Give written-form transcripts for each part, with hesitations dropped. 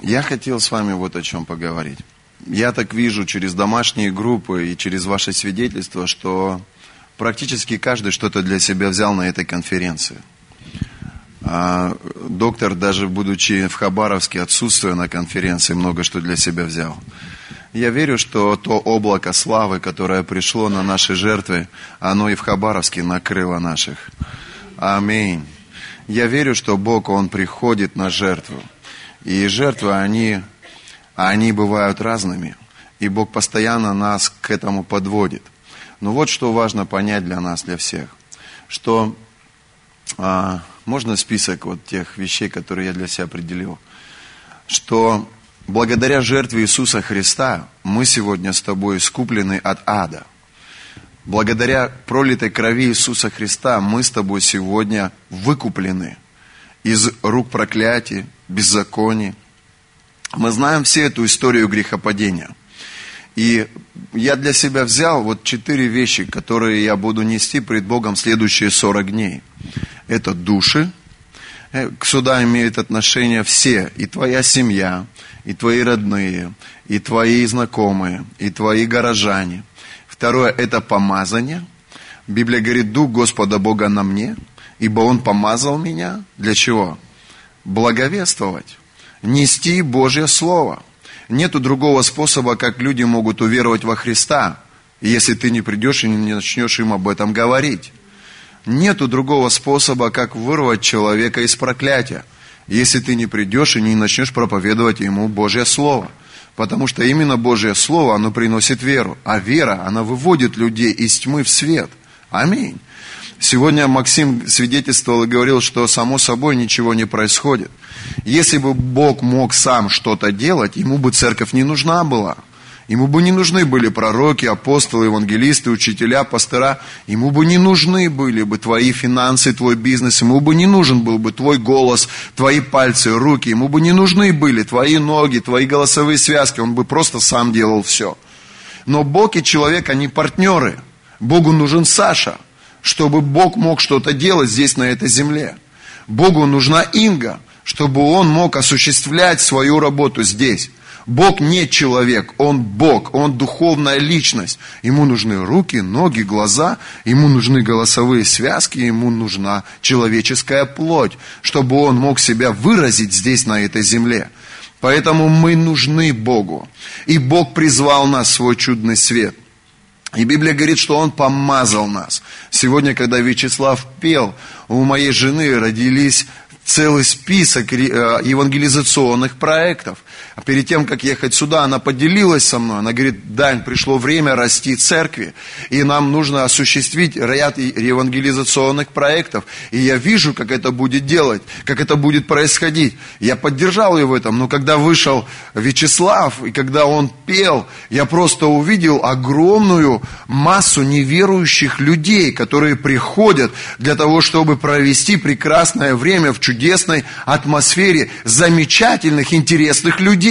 Я хотел с вами вот о чем поговорить. Я так вижу через домашние группы и через ваши свидетельства, что практически каждый что-то для себя взял на этой конференции. Доктор, даже будучи в Хабаровске, отсутствуя на конференции, много что для себя взял. Я верю, что то облако славы, которое пришло на наши жертвы, оно и в Хабаровске накрыло наших. Аминь. Я верю, что Бог, Он приходит на жертву. И жертвы, они бывают разными. И Бог постоянно нас к этому подводит. Но вот что важно понять для нас, для всех. Что можно список вот тех вещей, которые я для себя определил. Что благодаря жертве Иисуса Христа мы сегодня с тобой искуплены от ада. Благодаря пролитой крови Иисуса Христа мы с тобой сегодня выкуплены из рук проклятий, беззаконий. Мы знаем всю эту историю грехопадения. И я для себя взял вот 4 вещи, которые я буду нести пред Богом следующие 40 дней. Это души. К сюда имеют отношение все. И твоя семья, и твои родные, и твои знакомые, и твои горожане. Второе, это помазание. Библия говорит, Дух Господа Бога на мне, ибо Он помазал меня. Для чего? Благовествовать. Нести Божье Слово. Нету другого способа, как люди могут уверовать во Христа, если ты не придешь и не начнешь им об этом говорить. Нету другого способа, как вырвать человека из проклятия, если ты не придешь и не начнешь проповедовать ему Божье Слово. Потому что именно Божье Слово, оно приносит веру. А вера, она выводит людей из тьмы в свет. Аминь. Сегодня Максим свидетельствовал и говорил, что само собой ничего не происходит. Если бы Бог мог сам что-то делать, ему бы церковь не нужна была. Ему бы не нужны были пророки, апостолы, евангелисты, учителя, пастора. Ему бы не нужны были бы твои финансы, твой бизнес. Ему бы не нужен был бы твой голос, твои пальцы, руки. Ему бы не нужны были твои ноги, твои голосовые связки. Он бы просто сам делал все. Но Бог и человек, они партнеры. Богу нужен Саша, чтобы Бог мог что-то делать здесь, на этой земле. Богу нужна Инга, чтобы он мог осуществлять свою работу здесь. Бог не человек, Он Бог, Он духовная личность. Ему нужны руки, ноги, глаза, Ему нужны голосовые связки, Ему нужна человеческая плоть, чтобы Он мог себя выразить здесь, на этой земле. Поэтому мы нужны Богу. И Бог призвал нас в свой чудный свет. И Библия говорит, что Он помазал нас. Сегодня, когда Вячеслав пел, у моей жены родились целый список евангелизационных проектов. А перед тем, как ехать сюда, она поделилась со мной. Она говорит, Дань, пришло время расти церкви, и нам нужно осуществить ряд евангелизационных проектов. И я вижу, как это будет делать, как это будет происходить. Я поддержал ее в этом, но когда вышел Вячеслав, и когда он пел, я просто увидел огромную массу неверующих людей, которые приходят для того, чтобы провести прекрасное время в чудесной атмосфере замечательных, интересных людей.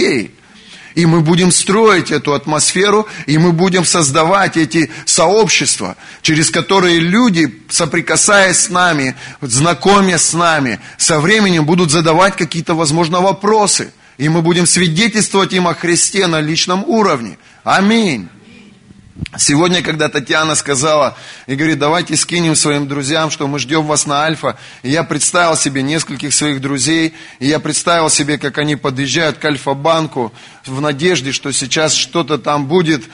И мы будем строить эту атмосферу, и мы будем создавать эти сообщества, через которые люди, соприкасаясь с нами, знакомясь с нами, со временем будут задавать какие-то, возможно, вопросы. И мы будем свидетельствовать им о Христе на личном уровне. Аминь. Сегодня, когда Татьяна сказала и говорит, давайте скинем своим друзьям, что мы ждем вас на Альфа, и я представил себе нескольких своих друзей, и я представил себе, как они подъезжают к Альфа-банку в надежде, что сейчас что-то там будет.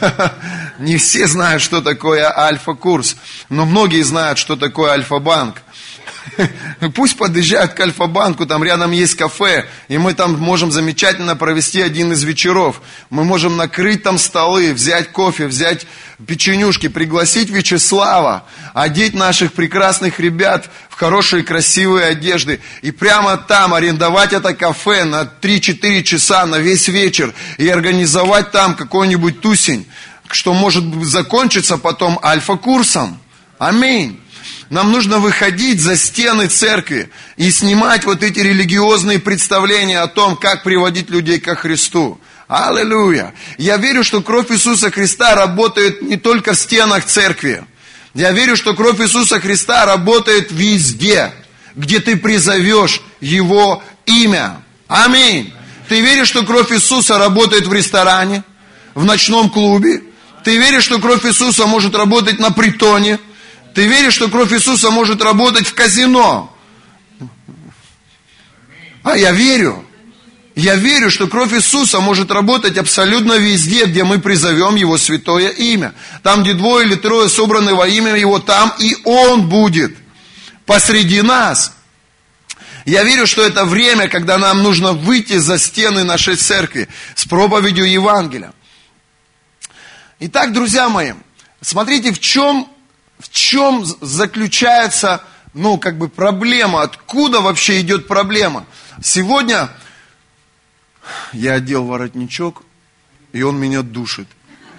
Не все знают, что такое Альфа-курс, но многие знают, что такое Альфа-банк. Пусть подъезжают к Альфа-банку, там рядом есть кафе, и мы там можем замечательно провести один из вечеров. Мы можем накрыть там столы, взять кофе, взять печенюшки, пригласить Вячеслава, одеть наших прекрасных ребят в хорошие красивые одежды и прямо там арендовать это кафе на 3-4 часа, на весь вечер и организовать там какой-нибудь тусень, что может закончиться потом альфа-курсом. Аминь. Нам нужно выходить за стены церкви и снимать вот эти религиозные представления о том, как приводить людей ко Христу. Аллилуйя! Я верю, что кровь Иисуса Христа работает не только в стенах церкви. Я верю, что кровь Иисуса Христа работает везде, где ты призовешь Его имя. Аминь! Ты веришь, что кровь Иисуса работает в ресторане, в ночном клубе? Ты веришь, что кровь Иисуса может работать на притоне? Ты веришь, что кровь Иисуса может работать в казино? А я верю. Я верю, что кровь Иисуса может работать абсолютно везде, где мы призовем Его святое имя. Там, где 2 или 3 собраны во имя Его, там и Он будет посреди нас. Я верю, что это время, когда нам нужно выйти за стены нашей церкви с проповедью Евангелия. Итак, друзья мои, смотрите, в чем заключается, проблема, откуда вообще идет проблема. Сегодня я одел воротничок, и он меня душит.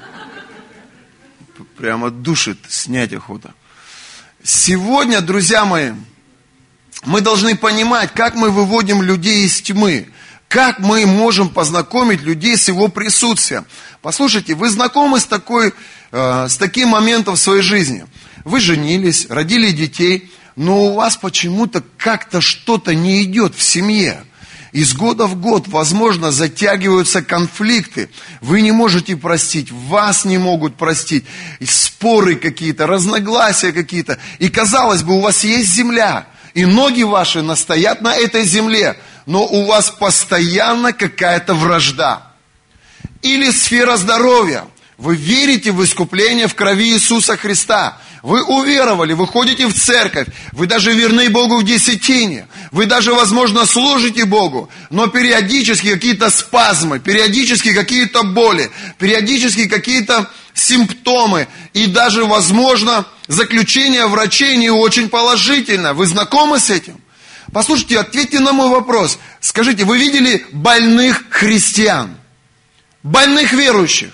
Прямо душит, снять охота. Сегодня, друзья мои, мы должны понимать, как мы выводим людей из тьмы, как мы можем познакомить людей с Его присутствием. Послушайте, вы знакомы с таким моментом в своей жизни? Вы женились, родили детей, но у вас почему-то как-то что-то не идет в семье. Из года в год, возможно, затягиваются конфликты. Вы не можете простить, вас не могут простить. И споры какие-то, разногласия какие-то. И казалось бы, у вас есть земля, и ноги ваши настоят на этой земле, но у вас постоянно какая-то вражда. Или сфера здоровья. Вы верите в искупление в крови Иисуса Христа. Вы уверовали, вы ходите в церковь, вы даже верны Богу в десятине, вы даже, возможно, служите Богу, но периодически какие-то спазмы, периодически какие-то боли, периодически какие-то симптомы, и даже, возможно, заключение врачей не очень положительно. Вы знакомы с этим? Послушайте, ответьте на мой вопрос. Скажите, вы видели больных христиан? Больных верующих?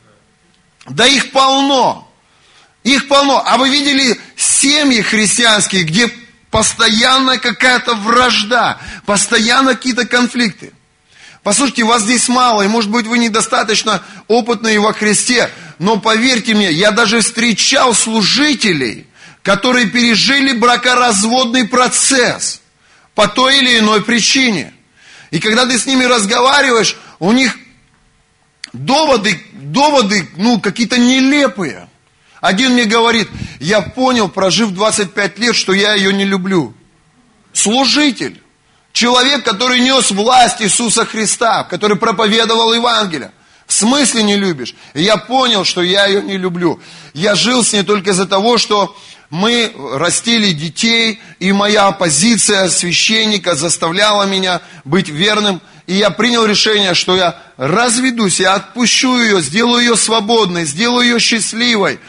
Да их полно. Их полно. А вы видели семьи христианские, где постоянно какая-то вражда, постоянно какие-то конфликты? Послушайте, вас здесь мало, и может быть вы недостаточно опытные во Христе, но поверьте мне, я даже встречал служителей, которые пережили бракоразводный процесс по той или иной причине. И когда ты с ними разговариваешь, у них доводы, какие-то нелепые. Один мне говорит, я понял, прожив 25 лет, что я ее не люблю. Служитель. Человек, который нес власть Иисуса Христа, который проповедовал Евангелие. В смысле не любишь? И я понял, что я ее не люблю. Я жил с ней только из-за того, что мы растили детей, и моя позиция священника заставляла меня быть верным. И я принял решение, что я разведусь, я отпущу ее, сделаю ее свободной, сделаю ее счастливой.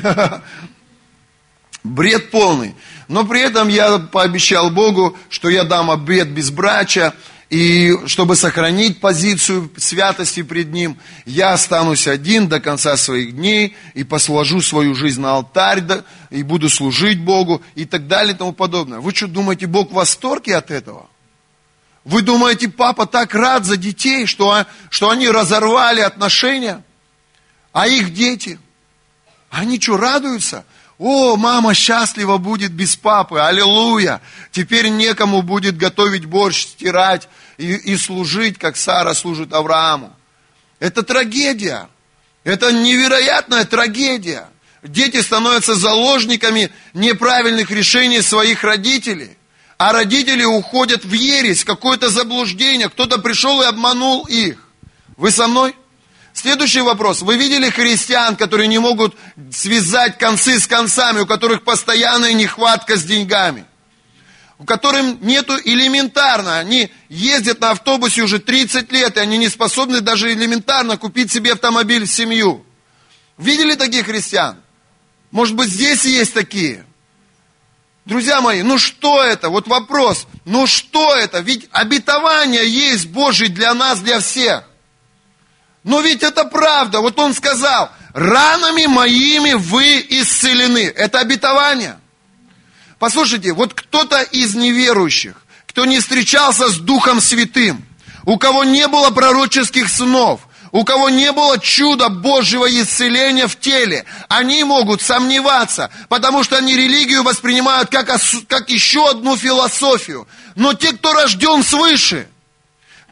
Бред полный. Но при этом я пообещал Богу, что я дам обет безбрачия, и чтобы сохранить позицию святости пред Ним, я останусь один до конца своих дней и посложу свою жизнь на алтарь, и буду служить Богу, и так далее, и тому подобное. Вы что, думаете, Бог в восторге от этого? Вы думаете, папа так рад за детей, что они разорвали отношения? А их дети? Они что, радуются? О, мама счастлива будет без папы, аллилуйя. Теперь некому будет готовить борщ, стирать и служить, как Сара служит Аврааму. Это трагедия. Это невероятная трагедия. Дети становятся заложниками неправильных решений своих родителей. А родители уходят в ересь, в какое-то заблуждение. Кто-то пришел и обманул их. Вы со мной? Следующий вопрос. Вы видели христиан, которые не могут связать концы с концами, у которых постоянная нехватка с деньгами? У которых нету элементарно. Они ездят на автобусе уже 30 лет, и они не способны даже элементарно купить себе автомобиль в семью. Видели таких христиан? Может быть, здесь есть такие? Друзья мои, что это? Вот вопрос. Что это? Ведь обетование есть Божие для нас, для всех. Но ведь это правда. Вот он сказал, ранами моими вы исцелены. Это обетование. Послушайте, вот кто-то из неверующих, кто не встречался с Духом Святым, у кого не было пророческих снов, у кого не было чуда Божьего исцеления в теле, они могут сомневаться, потому что они религию воспринимают как еще одну философию. Но те, кто рожден свыше,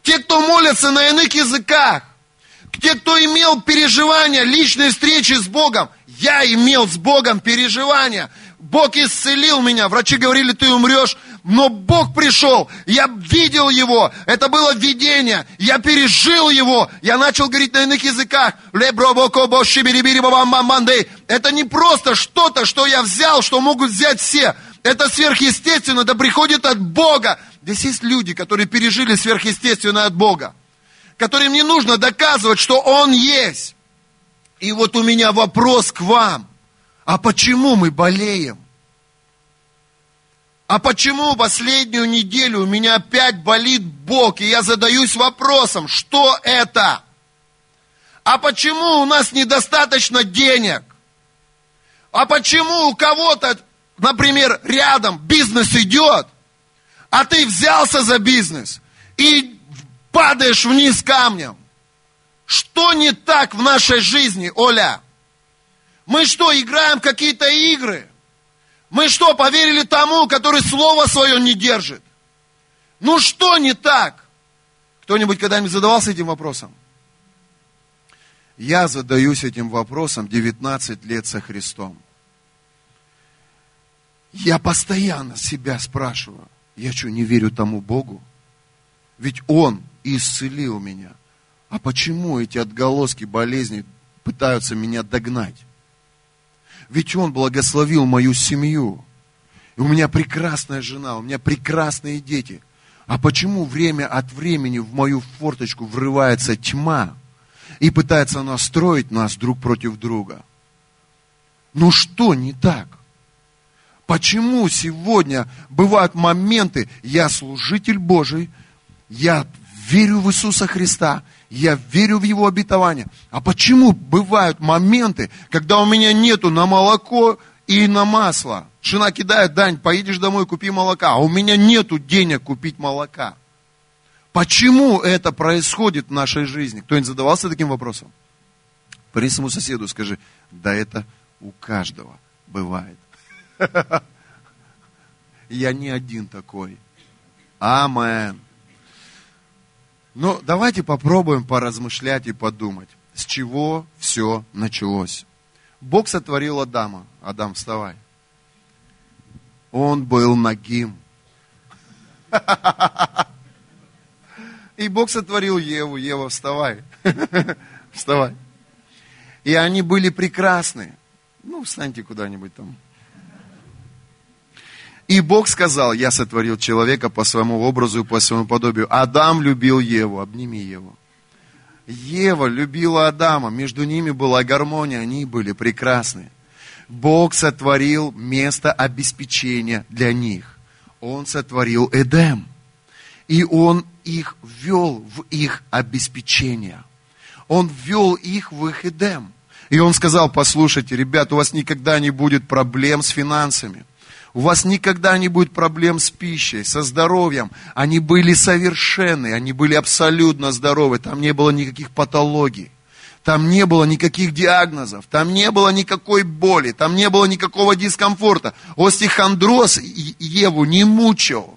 те, кто молятся на иных языках, те, кто имел переживания, личные встречи с Богом. Я имел с Богом переживания. Бог исцелил меня. Врачи говорили, ты умрешь. Но Бог пришел. Я видел Его. Это было видение. Я пережил Его. Я начал говорить на иных языках. Это не просто что-то, что я взял, что могут взять все. Это сверхъестественно. Это приходит от Бога. Здесь есть люди, которые пережили сверхъестественное от Бога. Которым не нужно доказывать, что Он есть. И вот у меня вопрос к вам. А почему мы болеем? А почему последнюю неделю у меня опять болит бок? И я задаюсь вопросом, что это? А почему у нас недостаточно денег? А почему у кого-то, например, рядом бизнес идет, а ты взялся за бизнес и падаешь вниз камнем? Что не так в нашей жизни, Оля? Мы что, играем в какие-то игры? Мы что, поверили тому, который слово свое не держит? Ну что не так? Кто-нибудь когда-нибудь задавался этим вопросом? Я задаюсь этим вопросом 19 лет со Христом. Я постоянно себя спрашиваю, я что, не верю тому Богу? Ведь Он исцелил меня. А почему эти отголоски болезней пытаются меня догнать? Ведь Он благословил мою семью. И у меня прекрасная жена, у меня прекрасные дети. А почему время от времени в мою форточку врывается тьма и пытается настроить нас друг против друга? Ну что не так? Почему сегодня бывают моменты, я служитель Божий, я верю в Иисуса Христа, я верю в Его обетование. А почему бывают моменты, когда у меня нету на молоко и на масло? Жена кидает, Дань, поедешь домой, купи молока. А у меня нету денег купить молока. Почему это происходит в нашей жизни? Кто-нибудь задавался таким вопросом? Пари своему соседу, скажи, да это у каждого бывает. Я не один такой. Амен. Но давайте попробуем поразмышлять и подумать, с чего все началось. Бог сотворил Адама. Адам, вставай. Он был нагим. И Бог сотворил Еву. Ева, вставай. Вставай. И они были прекрасны. Ну, встаньте куда-нибудь там. И Бог сказал, я сотворил человека по своему образу и по своему подобию. Адам любил Еву, обними Еву. Ева любила Адама, между ними была гармония, они были прекрасны. Бог сотворил место обеспечения для них. Он сотворил Эдем. И Он их ввел в их обеспечение. Он ввел их в их Эдем. И Он сказал, послушайте, ребят, у вас никогда не будет проблем с финансами. У вас никогда не будет проблем с пищей, со здоровьем. Они были совершенны, они были абсолютно здоровы. Там не было никаких патологий. Там не было никаких диагнозов. Там не было никакой боли. Там не было никакого дискомфорта. Остеохондроз Еву не мучил.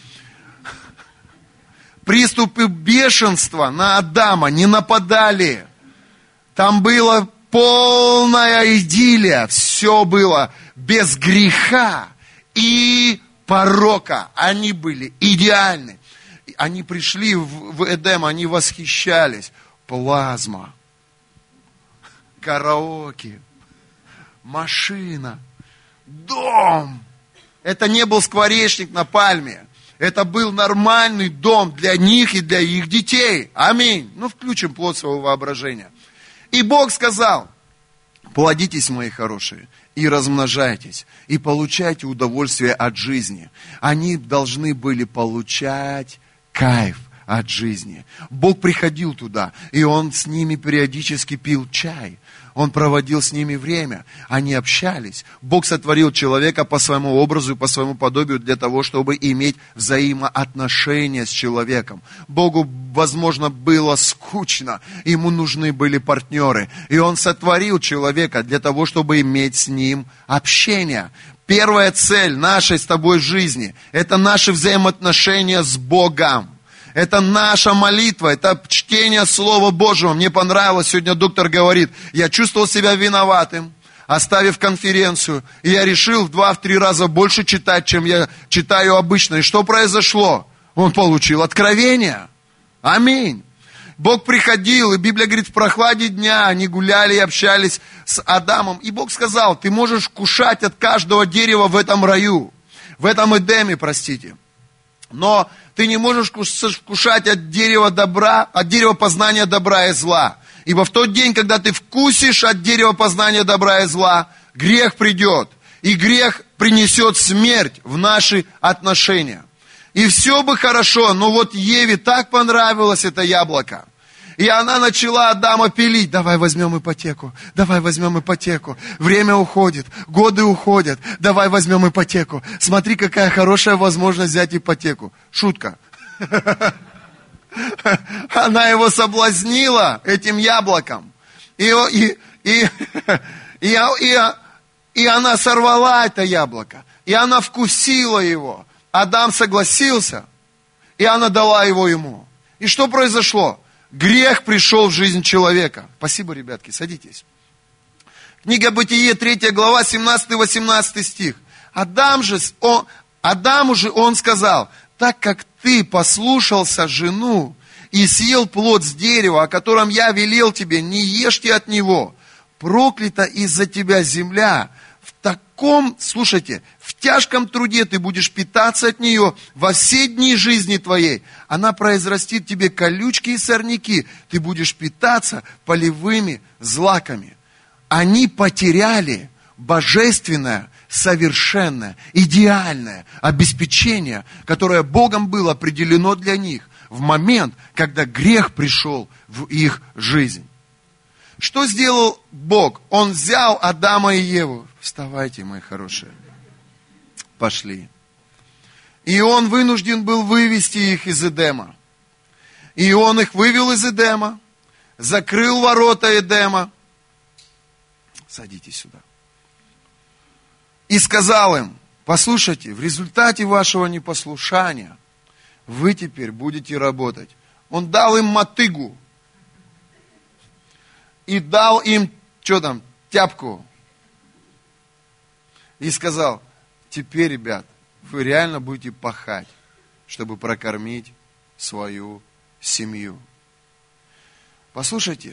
Приступы бешенства на Адама не нападали. Там была полная идиллия. Все было без греха и порока. Они были идеальны. Они пришли в Эдем, они восхищались. Плазма, караоке, машина, дом. Это не был скворечник на пальме. Это был нормальный дом для них и для их детей. Аминь. Ну, включим плод своего воображения. И Бог сказал, плодитесь, мои хорошие, и размножайтесь, и получайте удовольствие от жизни. Они должны были получать кайф от жизни. Бог приходил туда, и Он с ними периодически пил чай. Он проводил с ними время, они общались. Бог сотворил человека по своему образу и по своему подобию для того, чтобы иметь взаимоотношения с человеком. Богу, возможно, было скучно, ему нужны были партнеры. И Он сотворил человека для того, чтобы иметь с ним общение. Первая цель нашей с тобой жизни – это наши взаимоотношения с Богом. Это наша молитва, это чтение Слова Божьего. Мне понравилось, сегодня доктор говорит, я чувствовал себя виноватым, оставив конференцию, и я решил в 2-3 раза больше читать, чем я читаю обычно. И что произошло? Он получил откровение. Аминь. Бог приходил, и Библия говорит, в прохладе дня они гуляли и общались с Адамом. И Бог сказал, ты можешь кушать от каждого дерева в этом раю, в этом Эдеме, простите. Но ты не можешь кушать от дерева добра, от дерева познания добра и зла. Ибо в тот день, когда ты вкусишь от дерева познания добра и зла, грех придет. И грех принесет смерть в наши отношения. И все бы хорошо, но вот Еве так понравилось это яблоко. И она начала Адама пилить. Давай возьмем ипотеку, давай возьмем ипотеку. Время уходит, годы уходят. Давай возьмем ипотеку. Смотри, какая хорошая возможность взять ипотеку. Шутка. Она его соблазнила этим яблоком. И она сорвала это яблоко. И она вкусила его. Адам согласился, и она дала его ему. И что произошло? Грех пришел в жизнь человека. Спасибо, ребятки, садитесь. Книга Бытие, 3 глава, 17-18 стих. Адаму же он сказал, так как ты послушался жену и съел плод с дерева, о котором я велел тебе, не ешьте от него. Проклята из-за тебя земля. Слушайте, в тяжком труде ты будешь питаться от нее во все дни жизни твоей. Она произрастит тебе колючки и сорняки. Ты будешь питаться полевыми злаками. Они потеряли божественное, совершенное, идеальное обеспечение, которое Богом было определено для них в момент, когда грех пришел в их жизнь. Что сделал Бог? Он взял Адама и Еву. Вставайте, мои хорошие. Пошли. И он вынужден был вывести их из Эдема. И он их вывел из Эдема, закрыл ворота Эдема. Садитесь сюда. И сказал им, послушайте, в результате вашего непослушания вы теперь будете работать. Он дал им мотыгу. И дал им, тяпку. И сказал, теперь, ребят, вы реально будете пахать, чтобы прокормить свою семью. Послушайте,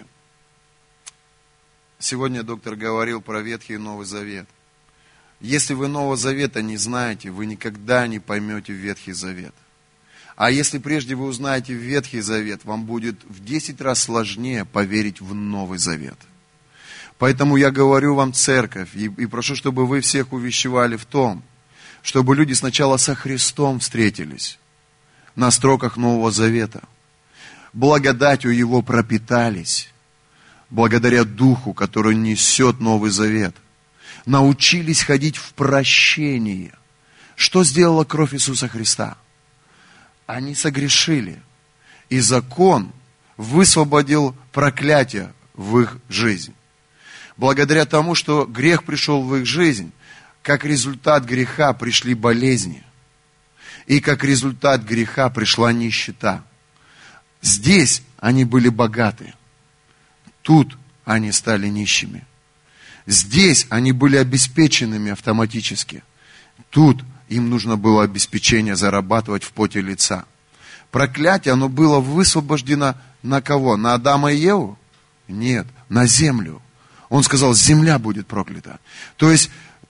сегодня доктор говорил про Ветхий и Новый Завет. Если вы Нового Завета не знаете, вы никогда не поймете Ветхий Завет. А если прежде вы узнаете Ветхий Завет, вам будет в 10 раз сложнее поверить в Новый Завет. Поэтому я говорю вам, церковь, и прошу, чтобы вы всех увещевали в том, чтобы люди сначала со Христом встретились на строках Нового Завета. Благодатью Его пропитались, благодаря Духу, который несет Новый Завет. Научились ходить в прощении. Что сделала кровь Иисуса Христа? Они согрешили. И закон высвободил проклятие в их жизнь. Благодаря тому, что грех пришел в их жизнь, как результат греха пришли болезни. И как результат греха пришла нищета. Здесь они были богаты. Тут они стали нищими. Здесь они были обеспеченными автоматически. Тут им нужно было обеспечение зарабатывать в поте лица. Проклятие, оно было высвобождено на кого? На Адама и Еву? Нет, на землю. Он сказал, земля будет проклята. То есть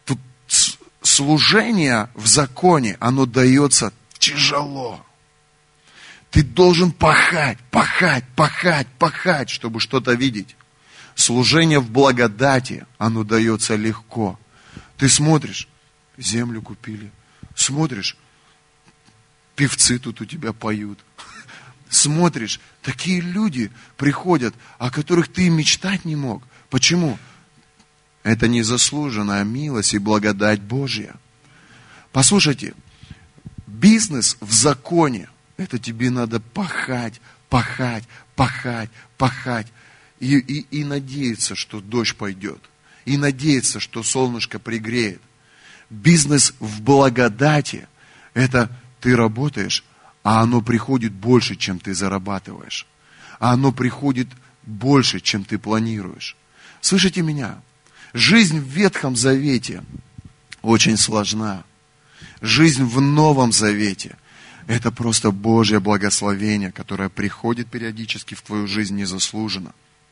служение в законе, оно дается тяжело. Ты должен пахать, чтобы что-то видеть. Служение в благодати, оно дается легко. Ты смотришь, землю купили. Смотришь, певцы тут у тебя поют. Смотришь, такие люди приходят, о которых ты мечтать не мог. Почему? Это незаслуженная милость и благодать Божья. Послушайте, бизнес в законе, это тебе надо пахать. И надеяться, что дождь пойдет. И надеяться, что солнышко пригреет. Бизнес в благодати, это ты работаешь, а оно приходит больше, чем ты зарабатываешь. А оно приходит больше, чем ты планируешь. Слышите меня? Жизнь в Ветхом Завете очень сложна. Жизнь в Новом Завете – это просто Божье благословение, которое приходит периодически в твою жизнь незаслуженно.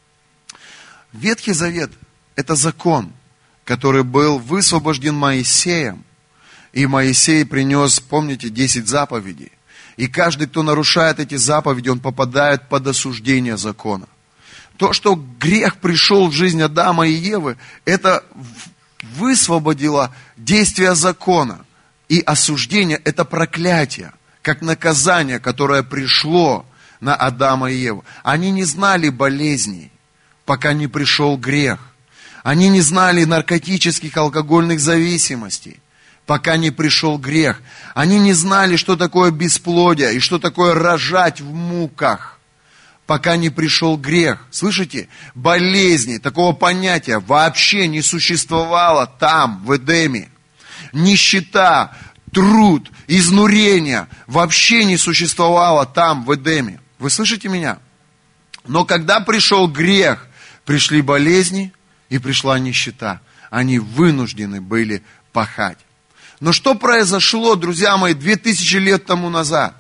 Ветхий Завет – это закон, который был высвобожден Моисеем. И Моисей принес, помните, 10 заповедей. И каждый, кто нарушает эти заповеди, он попадает под осуждение закона. То, что грех пришел в жизнь Адама и Евы, это высвободило действие закона. И осуждение – это проклятие, как наказание, которое пришло на Адама и Еву. Они не знали болезней, пока не пришел грех. Они не знали наркотических, алкогольных зависимостей, пока не пришел грех. Они не знали, что такое бесплодие и что такое рожать в муках, пока не пришел грех. Слышите? Болезни, такого понятия вообще не существовало там, в Эдеме. Нищета, труд, изнурение вообще не существовало там, в Эдеме. Вы слышите меня? Но когда пришел грех, пришли болезни и пришла нищета. Они вынуждены были пахать. Но что произошло, друзья мои, 2000 лет тому назад?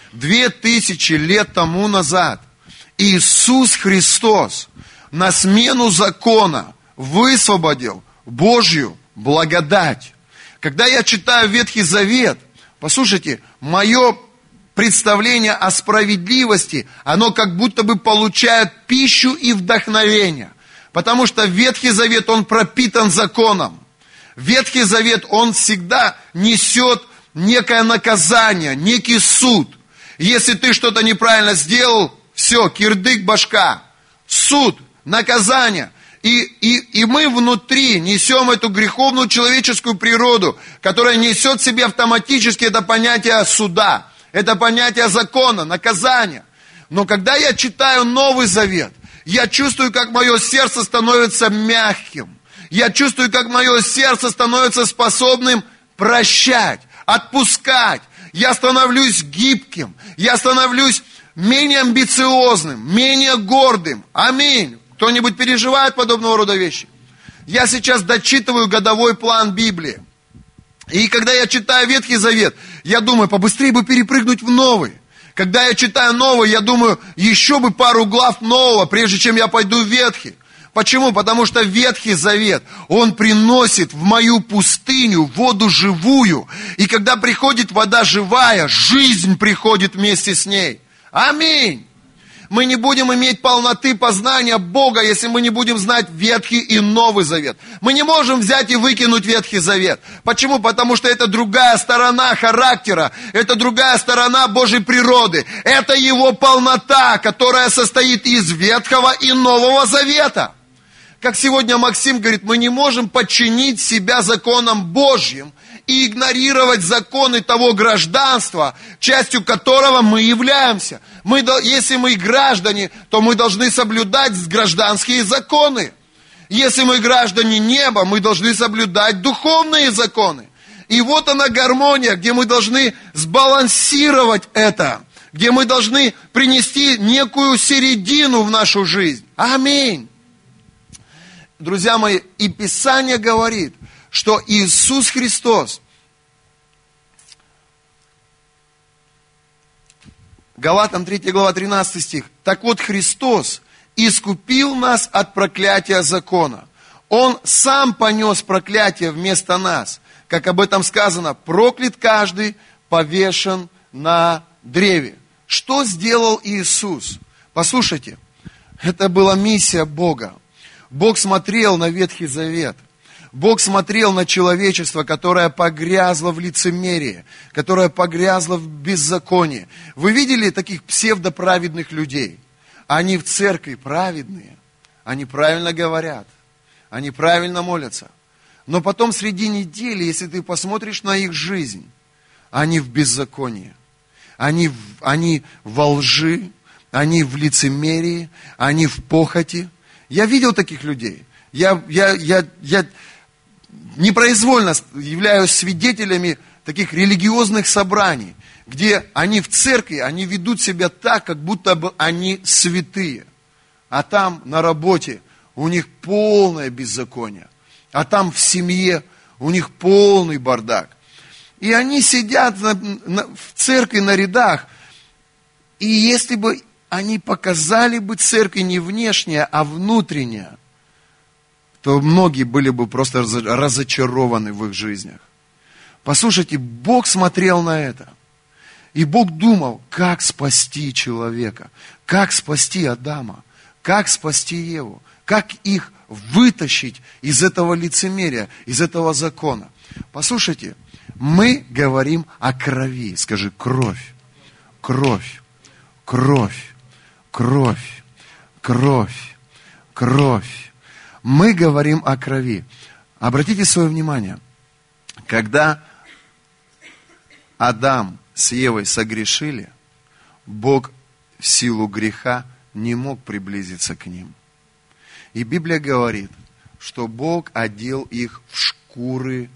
2000 лет тому назад Иисус Христос на смену закона высвободил Божью благодать. Когда я читаю Ветхий Завет, послушайте, мое представление о справедливости, оно как будто бы получает пищу и вдохновение. Потому что Ветхий Завет, он пропитан законом. Ветхий Завет, он всегда несет некое наказание, некий суд. Если ты что-то неправильно сделал, все, кирдык башка, суд, наказание. И мы внутри несем эту греховную человеческую природу, которая несет в себе автоматически это понятие суда, это понятие закона, наказания. Но когда я читаю Новый Завет, я чувствую, как мое сердце становится мягким. Я чувствую, как мое сердце становится способным прощать, отпускать. Я становлюсь гибким, я становлюсь менее амбициозным, менее гордым. Аминь. Кто-нибудь переживает подобного рода вещи? Я сейчас дочитываю годовой план Библии. И когда я читаю Ветхий Завет, я думаю, побыстрее бы перепрыгнуть в Новый. Когда я читаю Новый, я думаю, еще бы пару глав нового, прежде чем я пойду в Ветхий. Почему? Потому что Ветхий Завет, он приносит в мою пустыню воду живую. И когда приходит вода живая, жизнь приходит вместе с ней. Аминь. Мы не будем иметь полноты познания Бога, если мы не будем знать Ветхий и Новый Завет. Мы не можем взять и выкинуть Ветхий Завет. Почему? Потому что это другая сторона характера, это другая сторона Божьей природы. Это Его полнота, которая состоит из Ветхого и Нового Завета. Как сегодня Максим говорит, мы не можем подчинить себя законам Божьим и игнорировать законы того гражданства, частью которого мы являемся. Если мы граждане, то мы должны соблюдать гражданские законы. Если мы граждане неба, мы должны соблюдать духовные законы. И вот она гармония, где мы должны сбалансировать это, где мы должны принести некую середину в нашу жизнь. Аминь. Друзья мои, и Писание говорит, что Иисус Христос, Галатам 3 глава 13 стих, так вот Христос искупил нас от проклятия закона. Он сам понес проклятие вместо нас. Как об этом сказано, проклят каждый, повешен на древе. Что сделал Иисус? Послушайте, это была миссия Бога. Бог смотрел на Ветхий Завет. Бог смотрел на человечество, которое погрязло в лицемерии, которое погрязло в беззаконии. Вы видели таких псевдоправедных людей? Они в церкви праведные, они правильно говорят, они правильно молятся. Но потом среди недели, если ты посмотришь на их жизнь, они в беззаконии, они во лжи, они в лицемерии, они в похоти. Я видел таких людей. Я непроизвольно являюсь свидетелями таких религиозных собраний, где они в церкви, они ведут себя так, как будто бы они святые. А там на работе у них полное беззаконие. А там в семье у них полный бардак. И они сидят в церкви на рядах. И если бы они показали бы церкви не внешнее, а внутреннее, то многие были бы просто разочарованы в их жизнях. Послушайте, Бог смотрел на это. И Бог думал, как спасти человека, как спасти Адама, как спасти Еву, как их вытащить из этого лицемерия, из этого закона. Послушайте, мы говорим о крови. Скажи, кровь, кровь, кровь, кровь, кровь, кровь. Мы говорим о крови. Обратите свое внимание, когда Адам с Евой согрешили, Бог в силу греха не мог приблизиться к ним. И Библия говорит, что Бог одел их в шкуры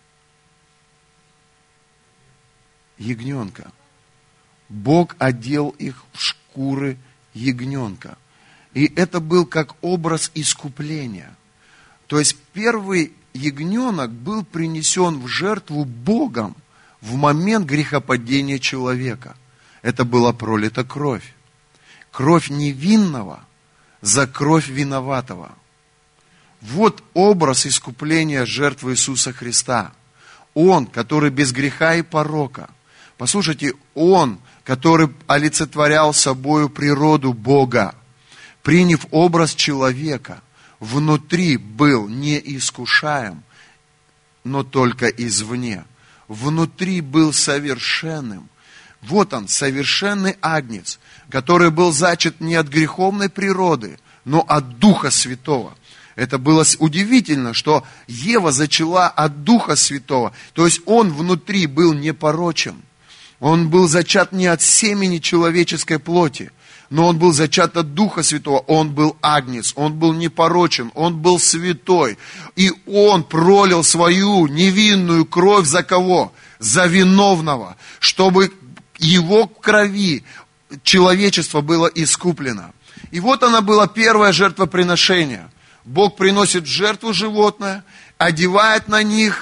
ягненка. Бог одел их в шкуры ягненка. И это был как образ искупления. То есть первый ягненок был принесен в жертву Богом в момент грехопадения человека. Это была пролита кровь. Кровь невинного за кровь виноватого. Вот образ искупления жертвы Иисуса Христа. Он, который без греха и порока. Послушайте, Он, который олицетворял собою природу Бога, приняв образ человека, внутри был не искушаем, но только извне. Внутри был совершенным. Вот он, совершенный агнец, который был зачат не от греховной природы, но от Духа Святого. Это было удивительно, что Ева зачала от Духа Святого. То есть он внутри был непорочен. Он был зачат не от семени человеческой плоти, но он был зачат от Духа Святого. Он был агнец, он был непорочен, он был святой. И он пролил свою невинную кровь за кого? За виновного, чтобы его крови человечество было искуплено. И вот она была первое жертвоприношение. Бог приносит в жертву животное, одевает на них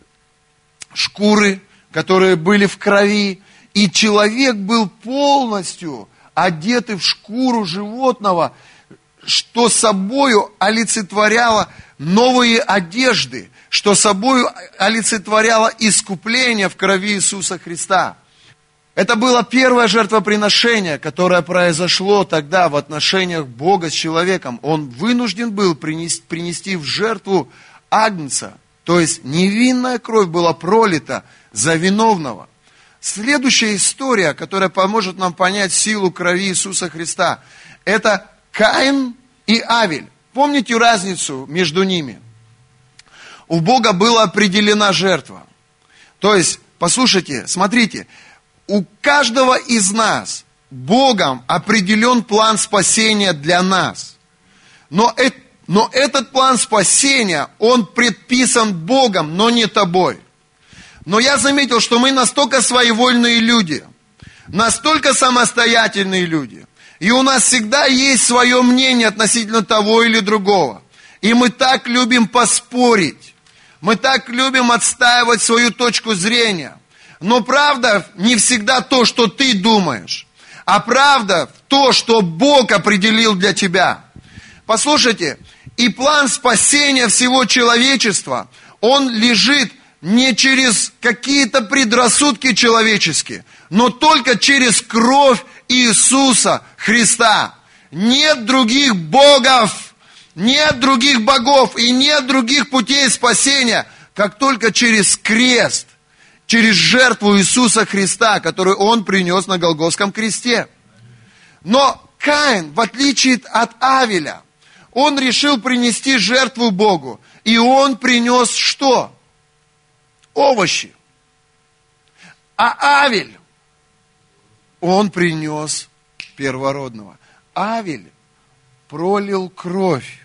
шкуры, которые были в крови, и человек был полностью одетый в шкуру животного, что собою олицетворяло новые одежды, что собою олицетворяло искупление в крови Иисуса Христа. Это было первое жертвоприношение, которое произошло тогда в отношениях Бога с человеком. Он вынужден был принести в жертву агнца, то есть невинная кровь была пролита за виновного. Следующая история, которая поможет нам понять силу крови Иисуса Христа, это Каин и Авель. Помните разницу между ними? У Бога была определена жертва. То есть, послушайте, смотрите, у каждого из нас Богом определен план спасения для нас. Но этот план спасения, он предписан Богом, но не тобой. Но я заметил, что мы настолько своевольные люди, настолько самостоятельные люди, и у нас всегда есть свое мнение относительно того или другого. И мы так любим поспорить, мы так любим отстаивать свою точку зрения. Но правда не всегда то, что ты думаешь, а правда то, что Бог определил для тебя. Послушайте, и план спасения всего человечества, он лежит не через какие-то предрассудки человеческие, но только через кровь Иисуса Христа. Нет других богов, нет других богов и нет других путей спасения, как только через крест, через жертву Иисуса Христа, которую Он принес на Голгофском кресте. Но Каин, в отличие от Авеля, он решил принести жертву Богу. И он принес что? Овощи. А Авель, он принес первородного. Авель пролил кровь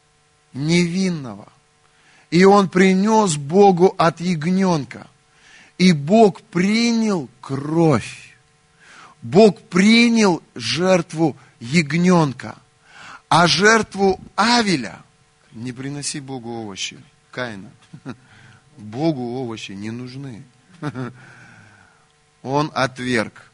невинного. И он принес Богу от ягненка. И Бог принял кровь. Бог принял жертву ягненка. А жертву Авеля не приноси Богу овощи. Каина. Богу овощи не нужны. Он отверг.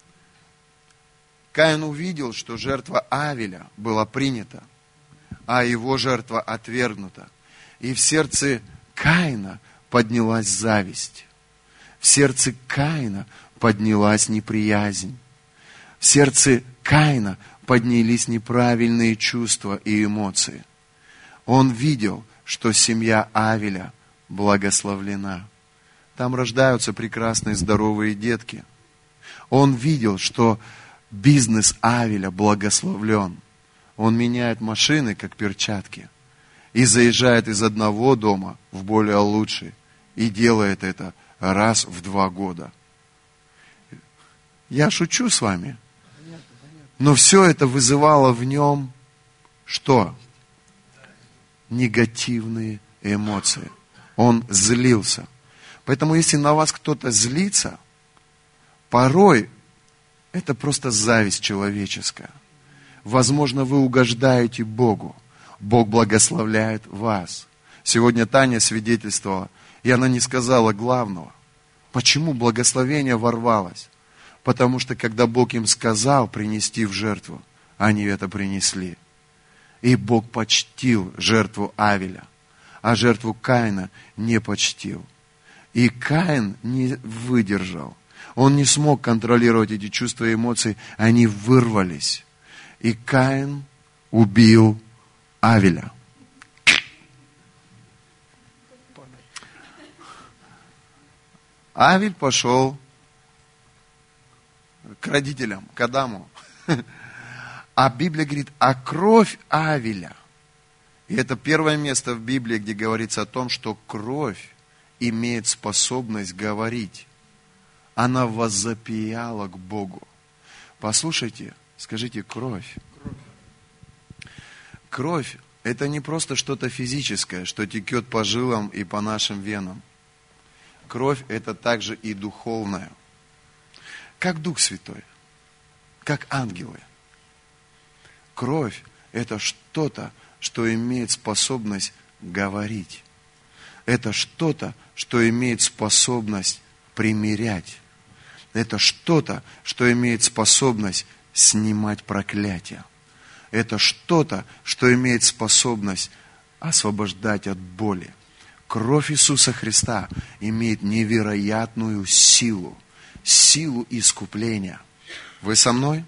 Каин увидел, что жертва Авеля была принята, а его жертва отвергнута. И в сердце Каина поднялась зависть. В сердце Каина поднялась неприязнь. В сердце Каина поднялись неправильные чувства и эмоции. Он видел, что семья Авеля благословлена. Там рождаются прекрасные здоровые детки. Он видел, что бизнес Авеля благословлен. Он меняет машины, как перчатки, и заезжает из одного дома в более лучший, и делает это раз в 2 года. Я шучу с вами, но все это вызывало в нем что? Негативные эмоции. Он злился. Поэтому, если на вас кто-то злится, порой это просто зависть человеческая. Возможно, вы угождаете Богу. Бог благословляет вас. Сегодня Таня свидетельствовала, и она не сказала главного. Почему благословение ворвалось? Потому что, когда Бог им сказал принести в жертву, они это принесли. И Бог почтил жертву Авеля, а жертву Каина не почтил. И Каин не выдержал. Он не смог контролировать эти чувства и эмоции, они вырвались. И Каин убил Авеля. Авель пошел к родителям, к Адаму. А Библия говорит, а кровь Авеля. И это первое место в Библии, где говорится о том, что кровь имеет способность говорить. Она воззапияла к Богу. Послушайте, скажите, кровь. Кровь – это не просто что-то физическое, что текет по жилам и по нашим венам. Кровь – это также и духовная. Как Дух Святой, как ангелы. Кровь – это что-то, что имеет способность говорить. Это что-то, что имеет способность примирять. Это что-то, что имеет способность снимать проклятие. Это что-то, что имеет способность освобождать от боли. Кровь Иисуса Христа имеет невероятную силу. Силу искупления. Вы со мной?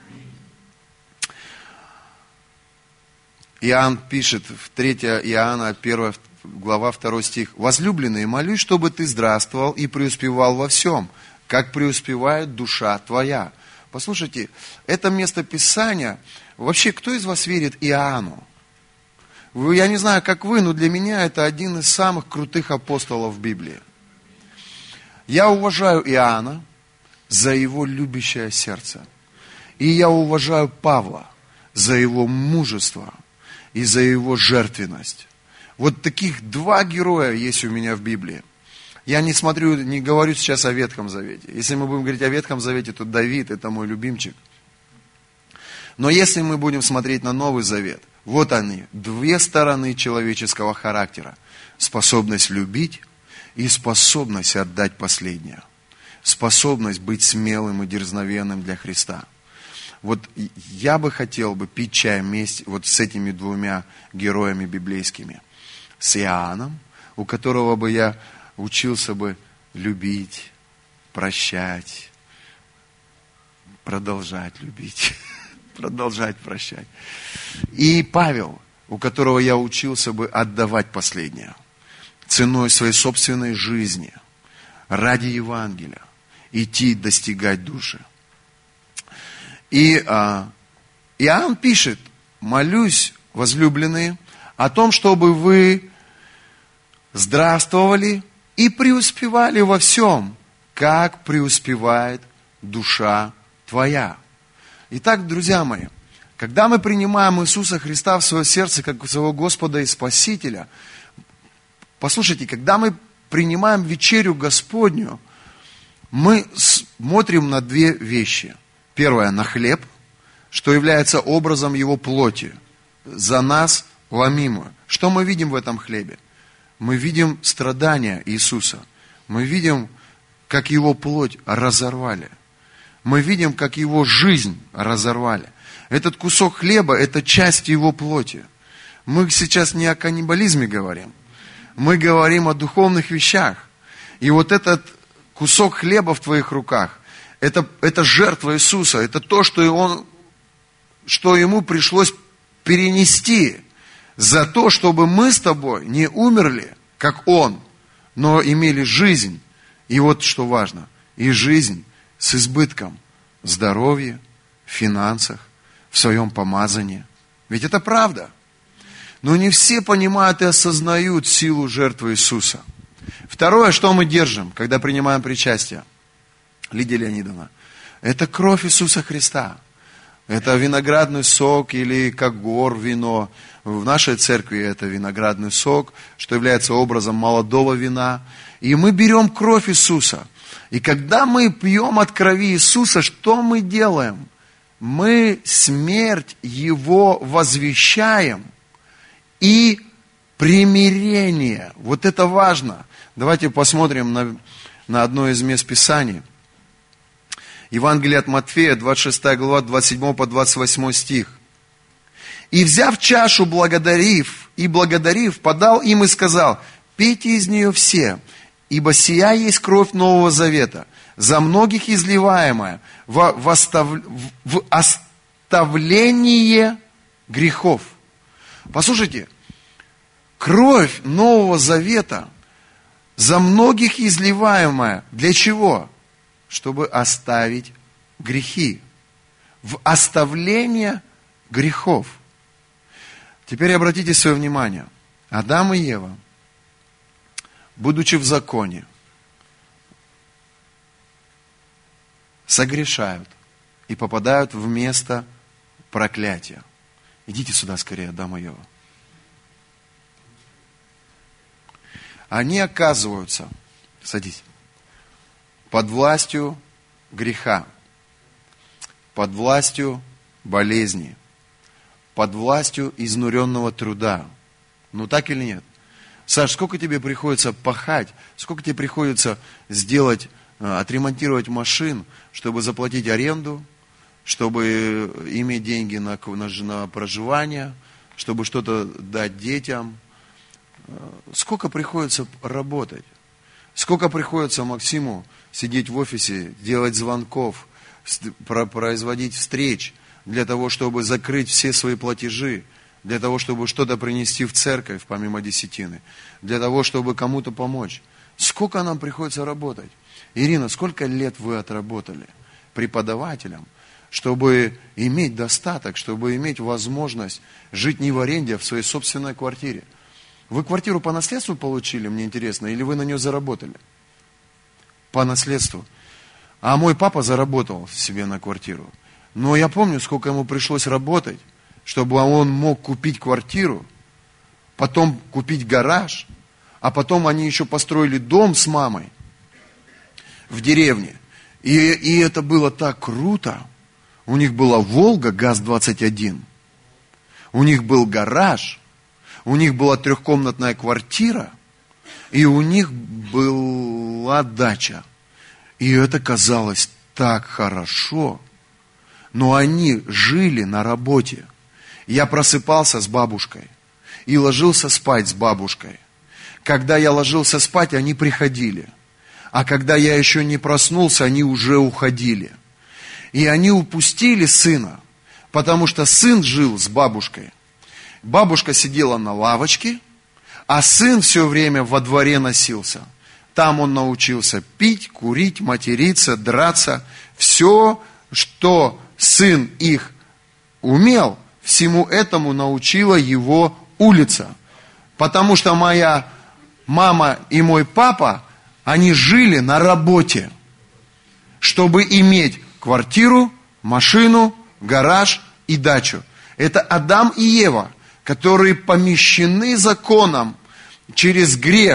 Иоанн пишет в 3 Иоанна, 1 глава, 2 стих. «Возлюбленный, молюсь, чтобы ты здравствовал и преуспевал во всем, как преуспевает душа твоя». Послушайте, это место Писания. Вообще, кто из вас верит Иоанну? Я не знаю, как вы, но для меня это один из самых крутых апостолов в Библии. Я уважаю Иоанна за его любящее сердце. И я уважаю Павла за его мужество и за его жертвенность. Вот таких 2 героя есть у меня в Библии. Я не смотрю, не говорю сейчас о Ветхом Завете. Если мы будем говорить о Ветхом Завете, то Давид – это мой любимчик. Но если мы будем смотреть на Новый Завет, вот они, 2 стороны человеческого характера. Способность любить и способность отдать последнее. Способность быть смелым и дерзновенным для Христа. Вот я бы хотел бы пить чай вместе вот с этими 2 героями библейскими. С Иоанном, у которого бы я учился бы любить, прощать, продолжать любить, продолжать прощать. И Павел, у которого я учился бы отдавать последнее, ценой своей собственной жизни, ради Евангелия, идти достигать души. И Иоанн пишет: молюсь, возлюбленные, о том, чтобы вы здравствовали и преуспевали во всем, как преуспевает душа твоя. Итак, друзья мои, когда мы принимаем Иисуса Христа в свое сердце, как своего Господа и Спасителя, послушайте, когда мы принимаем вечерю Господню, мы смотрим на две вещи. Первое, на хлеб, что является образом Его плоти, за нас ломимую. Что мы видим в этом хлебе? Мы видим страдания Иисуса. Мы видим, как Его плоть разорвали. Мы видим, как Его жизнь разорвали. Этот кусок хлеба – это часть Его плоти. Мы сейчас не о каннибализме говорим. Мы говорим о духовных вещах. И вот этот кусок хлеба в твоих руках – это жертва Иисуса. Это то, что Ему пришлось перенести за то, чтобы мы с тобой не умерли, как Он, но имели жизнь. И вот что важно. И жизнь с избытком в здоровье, в финансах, в своем помазании. Ведь это правда. Но не все понимают и осознают силу жертвы Иисуса. Второе, что мы держим, когда принимаем причастие, Лидия Леонидовна, это кровь Иисуса Христа. Это виноградный сок или как гор вино. В нашей церкви это виноградный сок, что является образом молодого вина. И мы берем кровь Иисуса. И когда мы пьем от крови Иисуса, что мы делаем? Мы смерть Его возвещаем и примирение. Вот это важно. Давайте посмотрим на одно из мест Писаний. Евангелие от Матфея, 26 глава, 27 по 28 стих. «И взяв чашу, благодарив, подал им и сказал, пейте из нее все, ибо сия есть кровь Нового Завета, за многих изливаемая в оставление грехов». Послушайте, кровь Нового Завета за многих изливаемая. Для чего? Чтобы оставить грехи. В оставление грехов. Теперь обратите свое внимание. Адам и Ева, будучи в законе, согрешают и попадают в место проклятия. Идите сюда скорее, Адам и Ева. Они оказываются, садись, под властью греха, под властью болезни, под властью изнуренного труда. Ну так или нет? Саш, сколько тебе приходится пахать, сколько тебе приходится сделать, отремонтировать машин, чтобы заплатить аренду, чтобы иметь деньги на проживание, чтобы что-то дать детям. Сколько приходится работать? Сколько приходится Максиму сидеть в офисе, делать звонков, производить встреч для того, чтобы закрыть все свои платежи, для того, чтобы что-то принести в церковь, помимо десятины, для того, чтобы кому-то помочь. Сколько нам приходится работать? Ирина, сколько лет вы отработали преподавателем, чтобы иметь достаток, чтобы иметь возможность жить не в аренде, а в своей собственной квартире? Вы квартиру по наследству получили, мне интересно, или вы на нее заработали? По наследству. А мой папа заработал себе на квартиру. Но я помню, сколько ему пришлось работать, чтобы он мог купить квартиру, потом купить гараж, а потом они еще построили дом с мамой в деревне. И это было так круто. У них была Волга ГАЗ-21. У них был гараж. У них была трехкомнатная квартира, и у них была дача. И это казалось так хорошо. Но они жили на работе. Я просыпался с бабушкой и ложился спать с бабушкой. Когда я ложился спать, они приходили. А когда я еще не проснулся, они уже уходили. И они упустили сына, потому что сын жил с бабушкой. Бабушка сидела на лавочке, а сын все время во дворе носился. Там он научился пить, курить, материться, драться. Все, что сын их умел, всему этому научила его улица. Потому что моя мама и мой папа, они жили на работе, чтобы иметь квартиру, машину, гараж и дачу. Это Адам и Ева, которые помещены законом через грех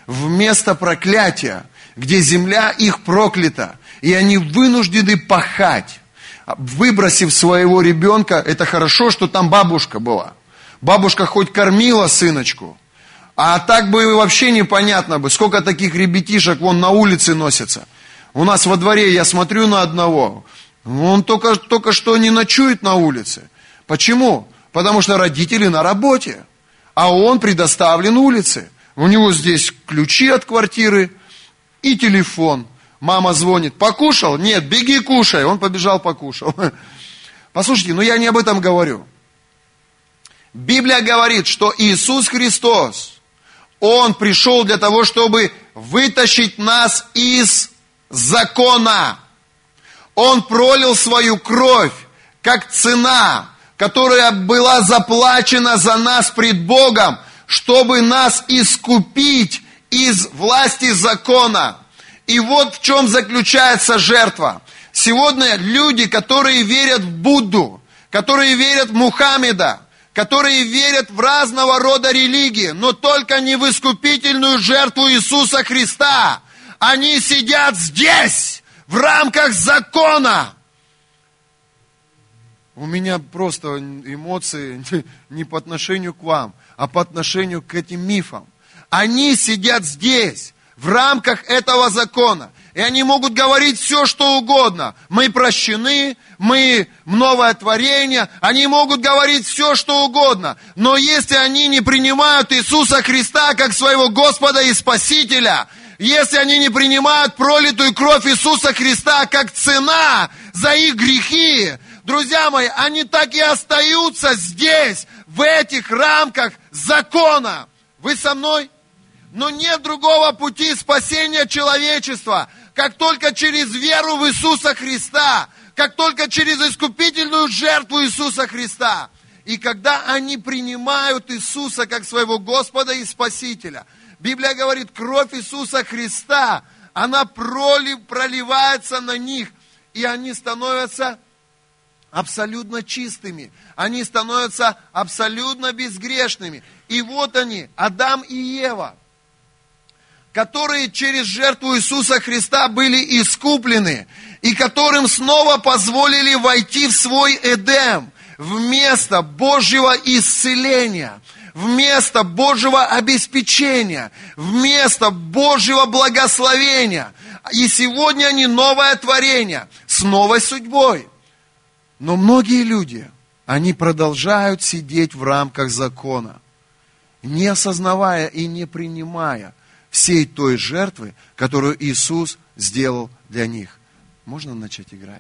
в место проклятия, где земля их проклята, и они вынуждены пахать, выбросив своего ребенка. Это хорошо, что там бабушка была. Бабушка хоть кормила сыночку, а так бы вообще непонятно бы, сколько таких ребятишек вон на улице носятся. У нас во дворе я смотрю на одного, он только что не ночует на улице. Почему? Потому что родители на работе, а он предоставлен улице. У него здесь ключи от квартиры и телефон. Мама звонит: покушал? Нет, беги кушай. Он побежал, покушал. Послушайте, я не об этом говорю. Библия говорит, что Иисус Христос, Он пришел для того, чтобы вытащить нас из закона. Он пролил свою кровь, как цена, которая была заплачена за нас пред Богом, чтобы нас искупить из власти закона. И вот в чем заключается жертва. Сегодня люди, которые верят в Будду, которые верят в Мухаммеда, которые верят в разного рода религии, но только не в искупительную жертву Иисуса Христа. Они сидят здесь, в рамках закона. У меня просто эмоции не по отношению к вам, а по отношению к этим мифам. Они сидят здесь, в рамках этого закона. И они могут говорить все, что угодно. Мы прощены, мы новое творение. Они могут говорить все, что угодно. Но если они не принимают Иисуса Христа как своего Господа и Спасителя, если они не принимают пролитую кровь Иисуса Христа как цена за их грехи, друзья мои, они так и остаются здесь, в этих рамках закона. Вы со мной? Но нет другого пути спасения человечества, как только через веру в Иисуса Христа, как только через искупительную жертву Иисуса Христа. И когда они принимают Иисуса как своего Господа и Спасителя, Библия говорит, кровь Иисуса Христа, она проливается на них, и они становятся абсолютно чистыми, они становятся абсолютно безгрешными. И вот они, Адам и Ева, которые через жертву Иисуса Христа были искуплены, и которым снова позволили войти в свой Эдем, в место Божьего исцеления, в место Божьего обеспечения, в место Божьего благословения. И сегодня они новое творение, с новой судьбой. Но многие люди, они продолжают сидеть в рамках закона, не осознавая и не принимая всей той жертвы, которую Иисус сделал для них. Можно начать играть?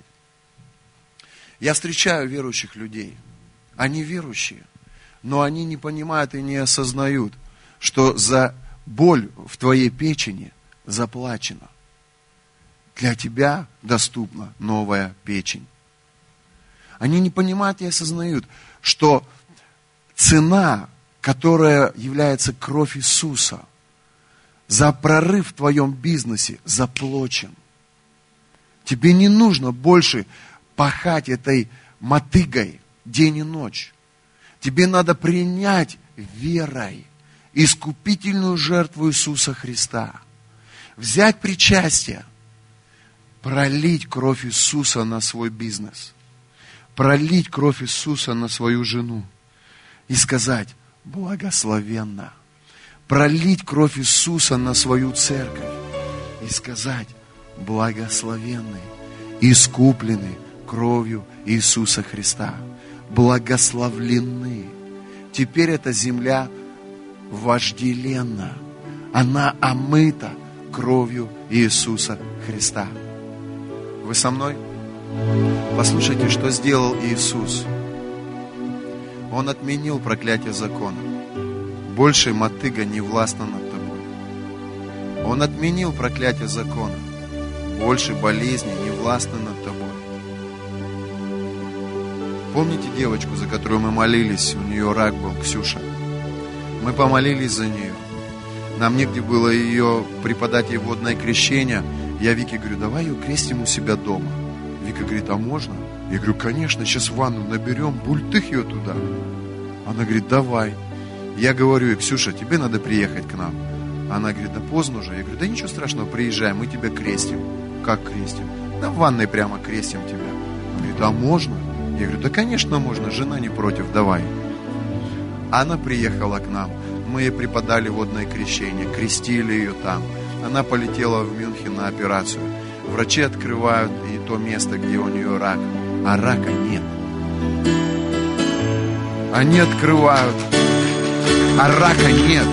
Я встречаю верующих людей. Они верующие, но они не понимают и не осознают, что за боль в твоей печени заплачено. Для тебя доступна новая печень. Они не понимают и осознают, что цена, которая является кровь Иисуса, за прорыв в твоем бизнесе заплачен. Тебе не нужно больше пахать этой мотыгой день и ночь. Тебе надо принять верой искупительную жертву Иисуса Христа. Взять причастие, пролить кровь Иисуса на свой бизнес, пролить кровь Иисуса на свою жену и сказать: благословенно. Пролить кровь Иисуса на свою церковь и сказать: благословенны, искуплены кровью Иисуса Христа, благословлены. Теперь эта земля вожделенна, она омыта кровью Иисуса Христа. Вы со мной? Послушайте, что сделал Иисус. Он отменил проклятие закона. Больше мотыга не властна над тобой. Он отменил проклятие закона. Больше болезни не властны над тобой. Помните девочку, за которую мы молились? У нее рак был, Ксюша. Мы помолились за нее. Нам негде было ее преподать ей водное крещение. Я Вике говорю: давай ее крестим у себя дома. Вика говорит: а можно? Я говорю: конечно, сейчас ванну наберем, бультых ее туда. Она говорит: давай. Я говорю ей: Ксюша, тебе надо приехать к нам. Она говорит, да поздно уже. Я говорю, да ничего страшного, приезжай, мы тебя крестим. Как крестим? Да в ванной прямо крестим тебя. Она говорит, а можно? Я говорю, да конечно можно, жена не против, давай. Она приехала к нам, мы ей преподали водное крещение, крестили ее там. Она полетела в Мюнхен на операцию. Врачи открывают и то место, где у нее рак, а рака нет. Они открывают, а рака нет.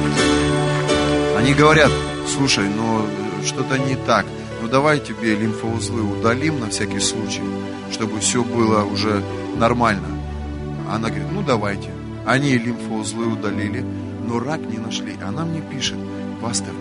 Они говорят, слушай, ну что-то не так. Ну давай тебе лимфоузлы удалим на всякий случай, чтобы все было уже нормально. Она говорит, ну давайте. Они лимфоузлы удалили, но рак не нашли. Она мне пишет, пастор,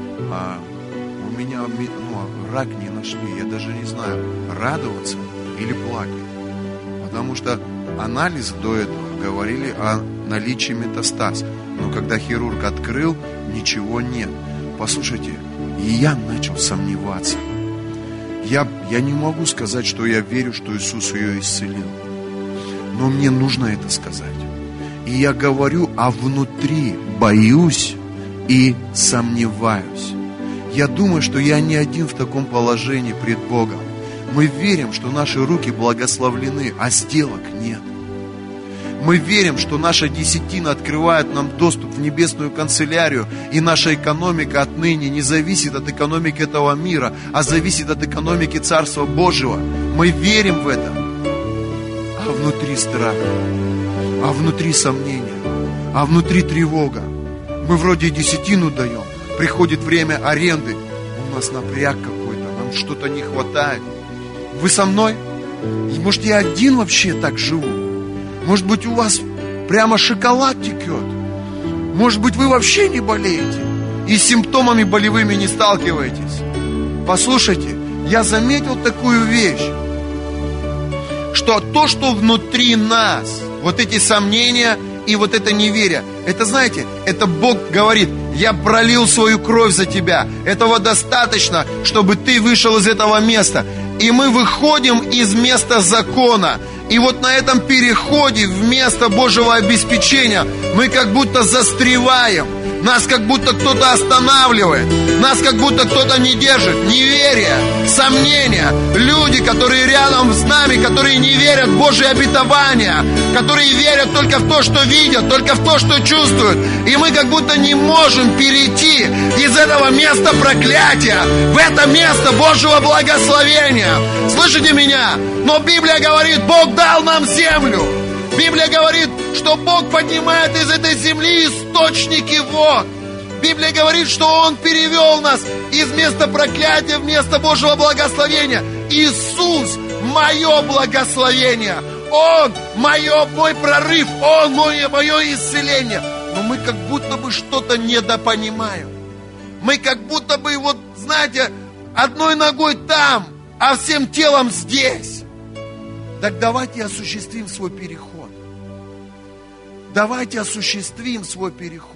у меня рак не нашли. Я даже не знаю, радоваться или плакать. Потому что анализы до этого говорили о наличии метастаз. Но когда хирург открыл, ничего нет. Послушайте, и я начал сомневаться. Я не могу сказать, что я верю, что Иисус ее исцелил. Но мне нужно это сказать. И я говорю, а внутри боюсь и сомневаюсь. Я думаю, что я не один в таком положении пред Богом. Мы верим, что наши руки благословлены, а сделок нет. Мы верим, что наша десятина открывает нам доступ в небесную канцелярию, и наша экономика отныне не зависит от экономики этого мира, а зависит от экономики Царства Божьего. Мы верим в это. А внутри страх, а внутри сомнения, а внутри тревога. Мы вроде десятину даем, приходит время аренды, у нас напряг какой-то, нам что-то не хватает. Вы со мной? И может, я один вообще так живу? Может быть, у вас прямо шоколад текет? Может быть, вы вообще не болеете и с симптомами болевыми не сталкиваетесь? Послушайте, я заметил такую вещь, что то, что внутри нас, вот эти сомнения и вот это неверие, это, знаете, это Бог говорит, я пролил свою кровь за тебя. Этого достаточно, чтобы ты вышел из этого места. И мы выходим из места закона. И вот на этом переходе в место Божьего обеспечения мы как будто застреваем. Нас как будто кто-то останавливает. Нас как будто кто-то не держит. Неверие, сомнения. Люди, которые рядом с нами, которые не верят в Божьи обетования, которые верят только в то, что видят, только в то, что чувствуют. И мы как будто не можем перейти из этого места проклятия в это место Божьего благословения. Слышите меня? Но Библия говорит, Бог дал нам землю. Библия говорит, что Бог поднимает из этой земли источники вод. Библия говорит, что Он перевел нас из места проклятия в место Божьего благословения. Иисус – мое благословение. Он – мой прорыв. Он – мое исцеление. Но мы как будто бы что-то недопонимаем. Мы как будто бы, вот знаете, одной ногой там, а всем телом здесь. Так давайте осуществим свой переход. Давайте осуществим свой переход.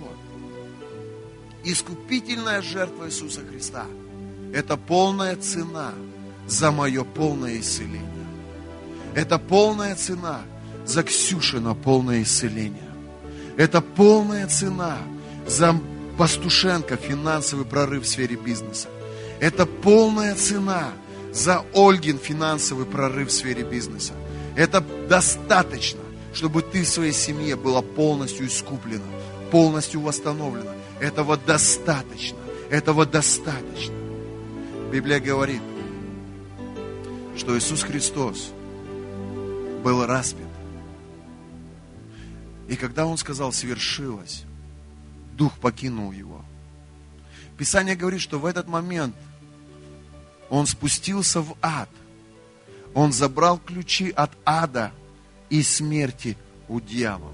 Искупительная жертва Иисуса Христа – это полная цена за мое полное исцеление. Это полная цена за Ксюшина полное исцеление. Это полная цена за Пастушенко финансовый прорыв в сфере бизнеса. Это полная цена за Ольгин финансовый прорыв в сфере бизнеса. Это достаточно, чтобы ты в своей семье была полностью искуплена, полностью восстановлена. Этого достаточно. Этого достаточно. Библия говорит, что Иисус Христос был распят. И когда Он сказал «свершилось», Дух покинул Его. Писание говорит, что в этот момент Он спустился в ад. Он забрал ключи от ада и смерти у дьявола.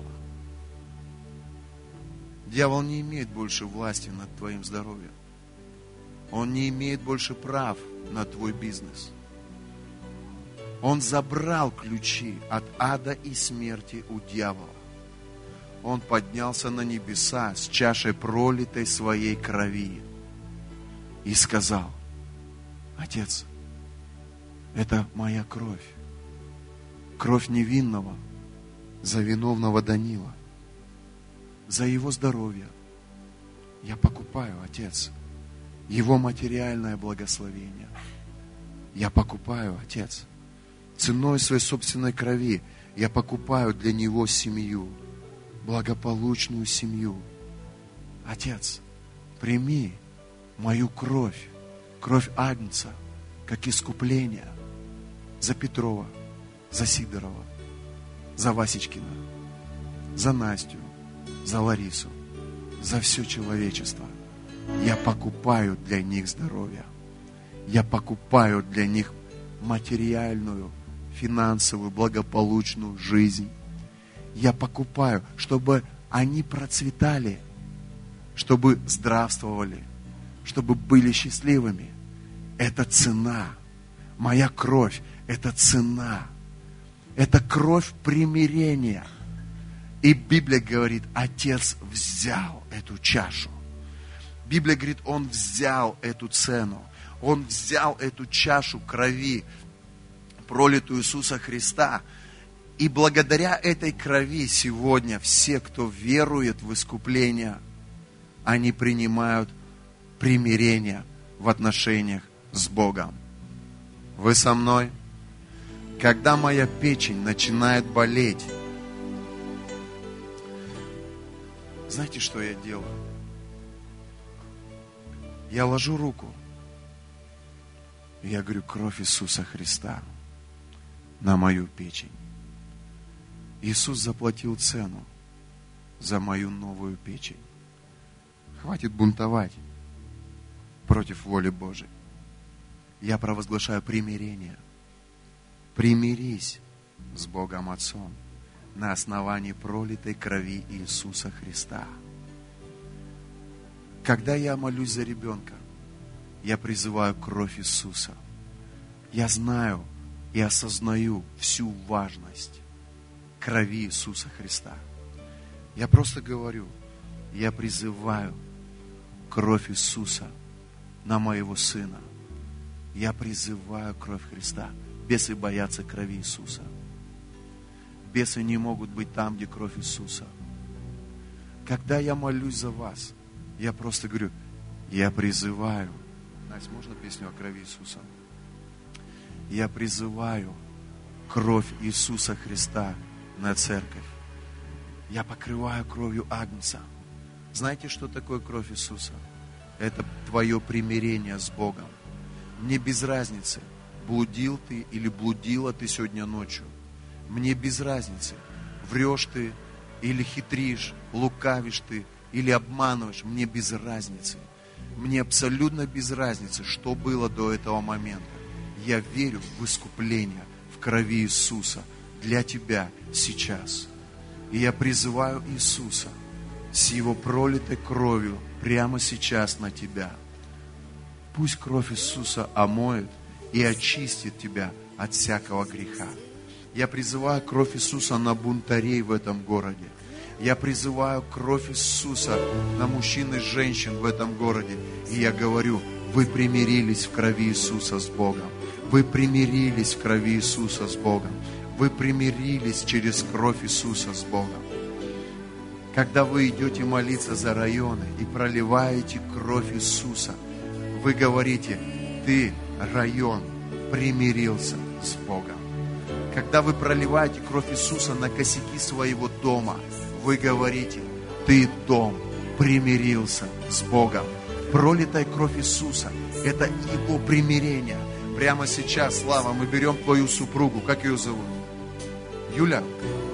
Дьявол не имеет больше власти над твоим здоровьем. Он не имеет больше прав на твой бизнес. Он забрал ключи от ада и смерти у дьявола. Он поднялся на небеса с чашей пролитой своей крови и сказал: Отец, это моя кровь. Кровь невинного за виновного Данила, за его здоровье, Я покупаю, Отец, Его материальное благословение. Я покупаю, Отец, ценой своей собственной крови. Я покупаю для Него семью, благополучную семью. Отец, прими мою кровь, кровь Агнца, как искупление за Петрова, за Сидорова, за Васечкина, за Настю, за Ларису, за все человечество. Я покупаю для них здоровье. Я покупаю для них материальную, финансовую, благополучную жизнь. Я покупаю, чтобы они процветали, чтобы здравствовали, чтобы были счастливыми. Это цена. Моя кровь – это цена. Это кровь примирения. И Библия говорит, Отец взял эту чашу. Библия говорит, Он взял эту цену. Он взял эту чашу крови, пролитую Иисуса Христа. И благодаря этой крови сегодня все, кто верует в искупление, они принимают примирение в отношениях с Богом. Вы со мной? Когда моя печень начинает болеть, знаете, что я делаю? Я ложу руку, и я говорю, кровь Иисуса Христа на мою печень. Иисус заплатил цену за мою новую печень. Хватит бунтовать против воли Божией. Я провозглашаю примирение. Примирись с Богом Отцом на основании пролитой крови Иисуса Христа. Когда я молюсь за ребенка, я призываю кровь Иисуса. Я знаю и осознаю всю важность крови Иисуса Христа. Я просто говорю, я призываю кровь Иисуса на моего сына. Я призываю кровь Христа. Бесы боятся крови Иисуса. Бесы не могут быть там, где кровь Иисуса. Когда я молюсь за вас, я просто говорю, я призываю. Настя, можно песню о крови Иисуса? Я призываю кровь Иисуса Христа на церковь. Я покрываю кровью Агнца. Знаете, что такое кровь Иисуса? Это твое примирение с Богом. Мне без разницы, блудил ты или блудила ты сегодня ночью. Мне без разницы, врешь ты или хитришь, лукавишь ты или обманываешь. Мне без разницы. Мне абсолютно без разницы, что было до этого момента. Я верю в искупление, в крови Иисуса для тебя сейчас. И я призываю Иисуса с Его пролитой кровью прямо сейчас на тебя. Пусть кровь Иисуса омоет и очистит тебя от всякого греха. Я призываю кровь Иисуса на бунтарей в этом городе. Я призываю кровь Иисуса на мужчин и женщин в этом городе. И я говорю, вы примирились в крови Иисуса с Богом. Вы примирились в крови Иисуса с Богом. Вы примирились через кровь Иисуса с Богом. Когда вы идете молиться за районы и проливаете кровь Иисуса, вы говорите, ты, район, примирился с Богом. Когда вы проливаете кровь Иисуса на косяки своего дома, вы говорите, ты, дом, примирился с Богом. Пролитая кровь Иисуса – это Его примирение. Прямо сейчас, Слава, мы берем твою супругу. Как ее зовут? Юля?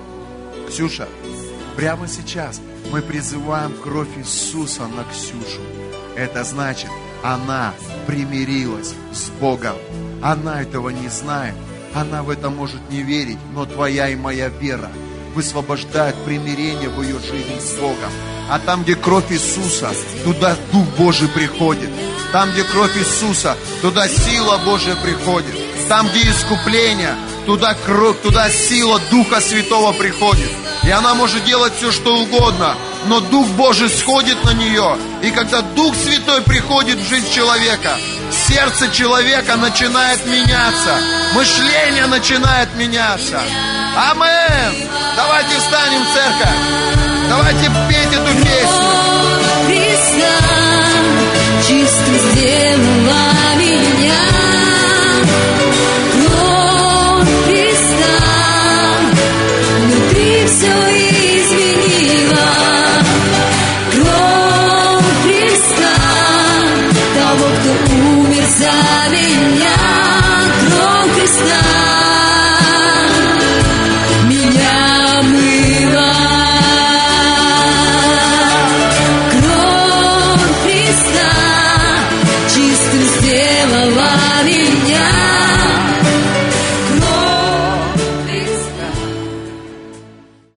Ксюша? Прямо сейчас мы призываем кровь Иисуса на Ксюшу. Это значит, она примирилась с Богом. Она этого не знает. Она в это может не верить. Но твоя и моя вера высвобождает примирение в ее жизни с Богом. А там, где кровь Иисуса, туда Дух Божий приходит. Там, где кровь Иисуса, туда сила Божия приходит. Там, где искупление, туда кровь, туда сила Духа Святого приходит. И она может делать все, что угодно, но Дух Божий сходит на нее. И когда Дух Святой приходит в жизнь человека, сердце человека начинает меняться, мышление начинает меняться. Амин! Давайте встанем, церковь! Давайте петь эту